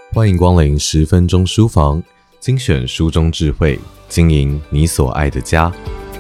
欢迎光临10分钟书房，精选书中智慧，经营你所爱的家。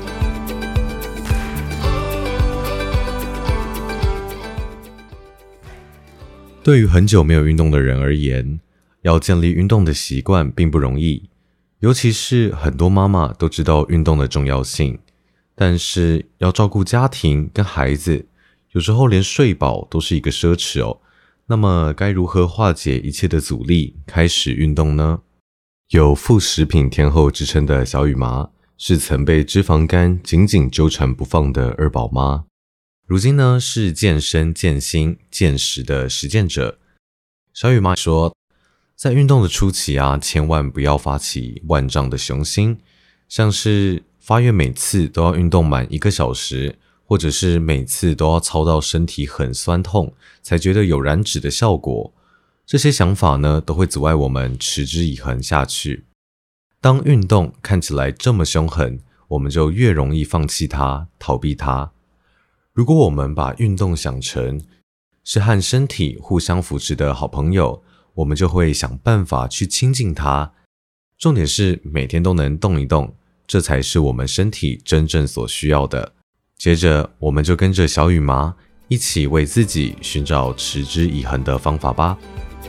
对于很久没有运动的人而言，要建立运动的习惯并不容易，尤其是很多妈妈都知道运动的重要性，但是要照顾家庭跟孩子，有时候连睡饱都是一个奢侈哦。那么该如何化解一切的阻力，开始运动呢？有副食品天后之称的小雨麻，是曾被脂肪肝紧紧纠缠不放的二宝妈，如今呢是健身、健心、健食的实践者。小雨麻说，在运动的初期千万不要发起万丈的雄心，像是发愿每次都要运动满1个小时，或者是每次都要操到身体很酸痛才觉得有燃脂的效果，这些想法呢都会阻碍我们持之以恒下去。当运动看起来这么凶狠，我们就越容易放弃它，逃避它。如果我们把运动想成是和身体互相扶持的好朋友，我们就会想办法去亲近它。重点是每天都能动一动，这才是我们身体真正所需要的。接着我们就跟着小雨麻一起为自己寻找持之以恒的方法吧。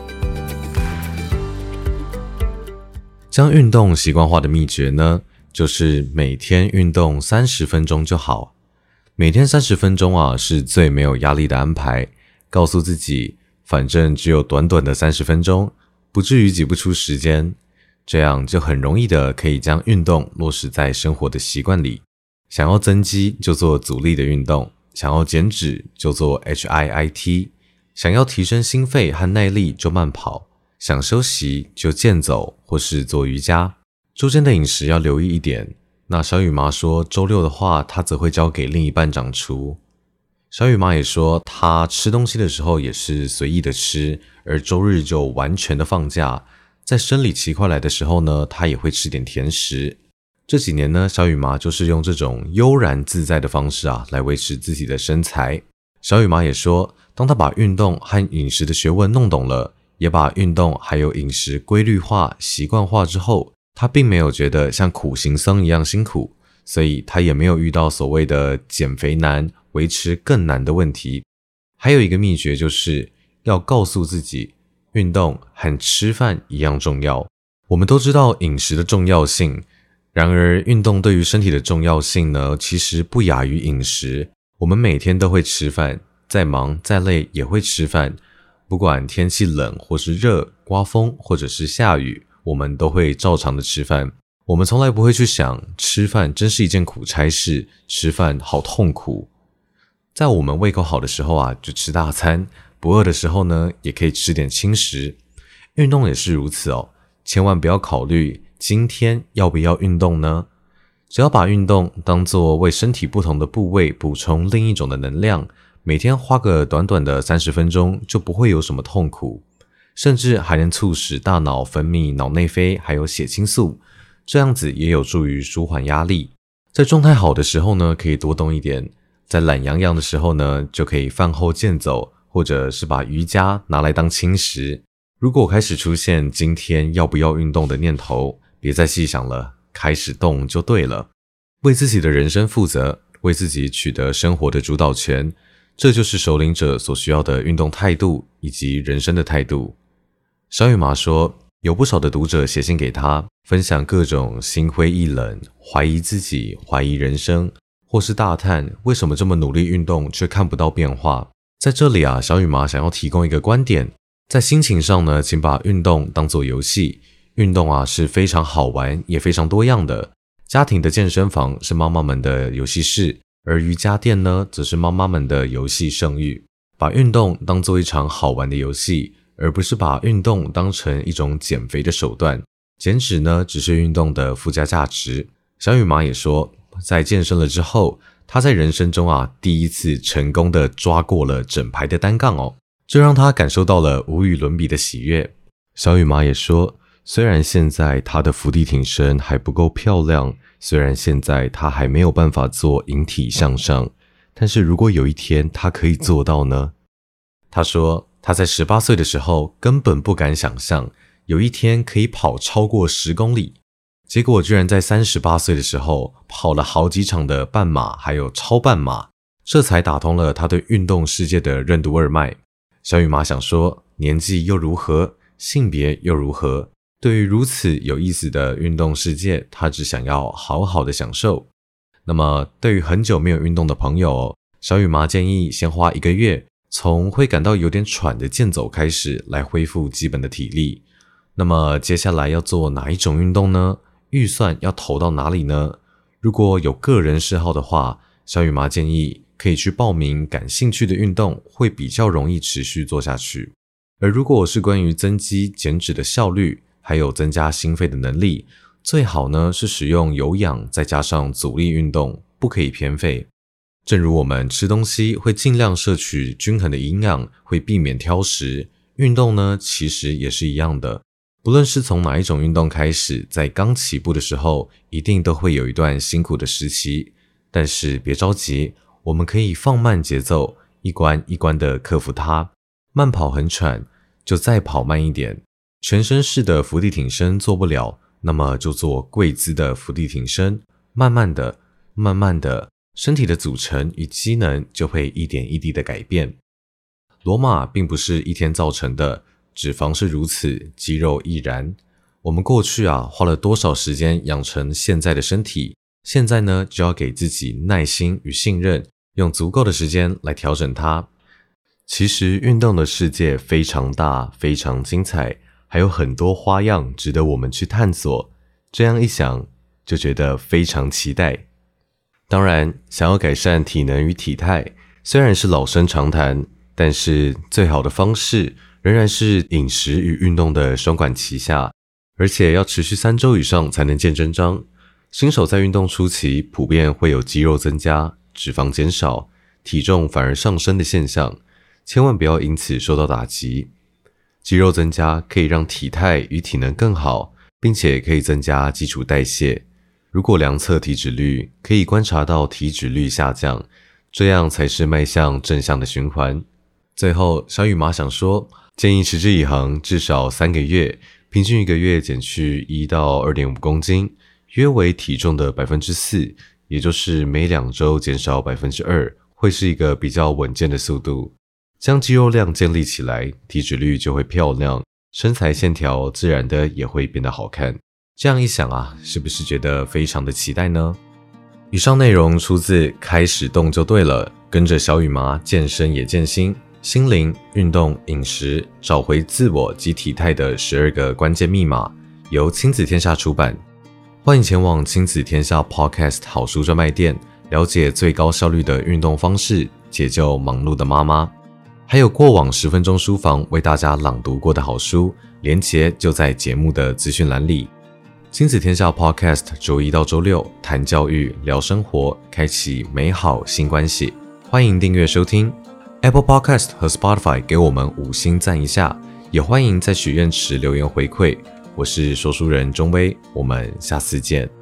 将运动习惯化的秘诀呢，就是每天运动30分钟就好。每天30分钟是最没有压力的安排，告诉自己反正只有短短的30分钟，不至于挤不出时间，这样就很容易的可以将运动落实在生活的习惯里。想要增肌就做阻力的运动，想要减脂就做 HIIT， 想要提升心肺和耐力就慢跑，想休息就健走或是做瑜伽。周间的饮食要留意一点，那小雨麻说周六的话她则会交给另一半掌厨。小雨麻也说她吃东西的时候也是随意的吃，而周日就完全的放假。在生理期快来的时候呢，她也会吃点甜食。这几年呢，小雨麻就是用这种悠然自在的方式来维持自己的身材。小雨麻也说，当她把运动和饮食的学问弄懂了，也把运动还有饮食规律化、习惯化之后，她并没有觉得像苦行僧一样辛苦，所以她也没有遇到所谓的减肥难、维持更难的问题。还有一个秘诀就是要告诉自己，运动和吃饭一样重要。我们都知道饮食的重要性，然而运动对于身体的重要性呢，其实不亚于饮食。我们每天都会吃饭，再忙再累也会吃饭，不管天气冷或是热，刮风或者是下雨，我们都会照常的吃饭。我们从来不会去想吃饭真是一件苦差事，吃饭好痛苦。在我们胃口好的时候就吃大餐，不饿的时候呢也可以吃点轻食。运动也是如此千万不要考虑今天要不要运动呢？只要把运动当作为身体不同的部位补充另一种的能量，每天花个短短的30分钟就不会有什么痛苦，甚至还能促使大脑分泌脑内啡还有血清素，这样子也有助于舒缓压力。在状态好的时候呢，可以多动一点，在懒洋洋的时候呢，就可以饭后健走，或者是把瑜伽拿来当轻食。如果开始出现今天要不要运动的念头，别再细想了，开始动就对了。为自己的人生负责，为自己取得生活的主导权，这就是首领者所需要的运动态度以及人生的态度。小雨麻说，有不少的读者写信给他，分享各种心灰意冷、怀疑自己、怀疑人生，或是大叹为什么这么努力运动却看不到变化。在这里小雨麻想要提供一个观点，在心情上呢，请把运动当作游戏。运动是非常好玩也非常多样的。家庭的健身房是妈妈们的游戏室，而瑜伽垫呢，则是妈妈们的游戏圣域。把运动当作一场好玩的游戏，而不是把运动当成一种减肥的手段。减脂呢，只是运动的附加价值。小雨麻也说，在健身了之后，她在人生中第一次成功的抓过了整排的单杠这让她感受到了无与伦比的喜悦。小雨麻也说，虽然现在她的伏地挺身还不够漂亮，虽然现在她还没有办法做引体向上，但是如果有一天她可以做到呢？她说她在18岁的时候根本不敢想象， 有一天可以跑超过10公里，结果居然在38岁的时候跑了好几场的半马还有超半马，这才打通了他对运动世界的任督二脉。小雨麻想说，年纪又如何，性别又如何，对于如此有意思的运动世界，他只想要好好的享受。那么对于很久没有运动的朋友，小雨麻建议先花1个月，从会感到有点喘的健走开始，来恢复基本的体力。那么接下来要做哪一种运动呢？预算要投到哪里呢？如果有个人嗜好的话，小雨麻建议可以去报名感兴趣的运动，会比较容易持续做下去。而如果是关于增肌减脂的效率，还有增加心肺的能力，最好呢是使用有氧再加上阻力运动，不可以偏废。正如我们吃东西会尽量摄取均衡的营养，会避免挑食，运动呢其实也是一样的。不论是从哪一种运动开始，在刚起步的时候，一定都会有一段辛苦的时期，但是别着急，我们可以放慢节奏，一关一关的克服它。慢跑很喘，就再跑慢一点。全身式的伏地挺身做不了，那么就做跪姿的伏地挺身，慢慢的，慢慢的，身体的组成与机能就会一点一滴的改变。罗马并不是一天造成的，脂肪是如此，肌肉亦然。我们过去花了多少时间养成现在的身体，现在呢就要给自己耐心与信任，用足够的时间来调整它。其实运动的世界非常大，非常精彩，还有很多花样值得我们去探索。这样一想，就觉得非常期待。当然，想要改善体能与体态，虽然是老生常谈，但是最好的方式仍然是饮食与运动的双管齐下，而且要持续3周以上才能见真章。新手在运动初期普遍会有肌肉增加、脂肪减少、体重反而上升的现象，千万不要因此受到打击。肌肉增加可以让体态与体能更好，并且可以增加基础代谢。如果量测体脂率，可以观察到体脂率下降，这样才是迈向正向的循环。最后，小雨麻想说，建议持之以恒，至少3个月，平均1个月减去1到 2.5 公斤，约为体重的 4%， 也就是每2周减少 2%， 会是一个比较稳健的速度。将肌肉量建立起来，体脂率就会漂亮，身材线条自然的也会变得好看。这样一想是不是觉得非常的期待呢？以上内容出自开始动就对了，跟着小雨麻健身也健心，心灵、运动、饮食，找回自我及体态的12个关键密码，由亲子天下出版。欢迎前往亲子天下 Podcast 好书专卖店，了解最高效率的运动方式，解救忙碌的妈妈。还有过往10分钟书房为大家朗读过的好书，连结就在节目的资讯栏里。亲子天下 Podcast 周1到周6谈教育、聊生活，开启美好新关系。欢迎订阅收听 Apple Podcast 和 Spotify， 给我们5星赞一下，也欢迎在许愿池留言回馈。我是说书人钟威，我们下次见。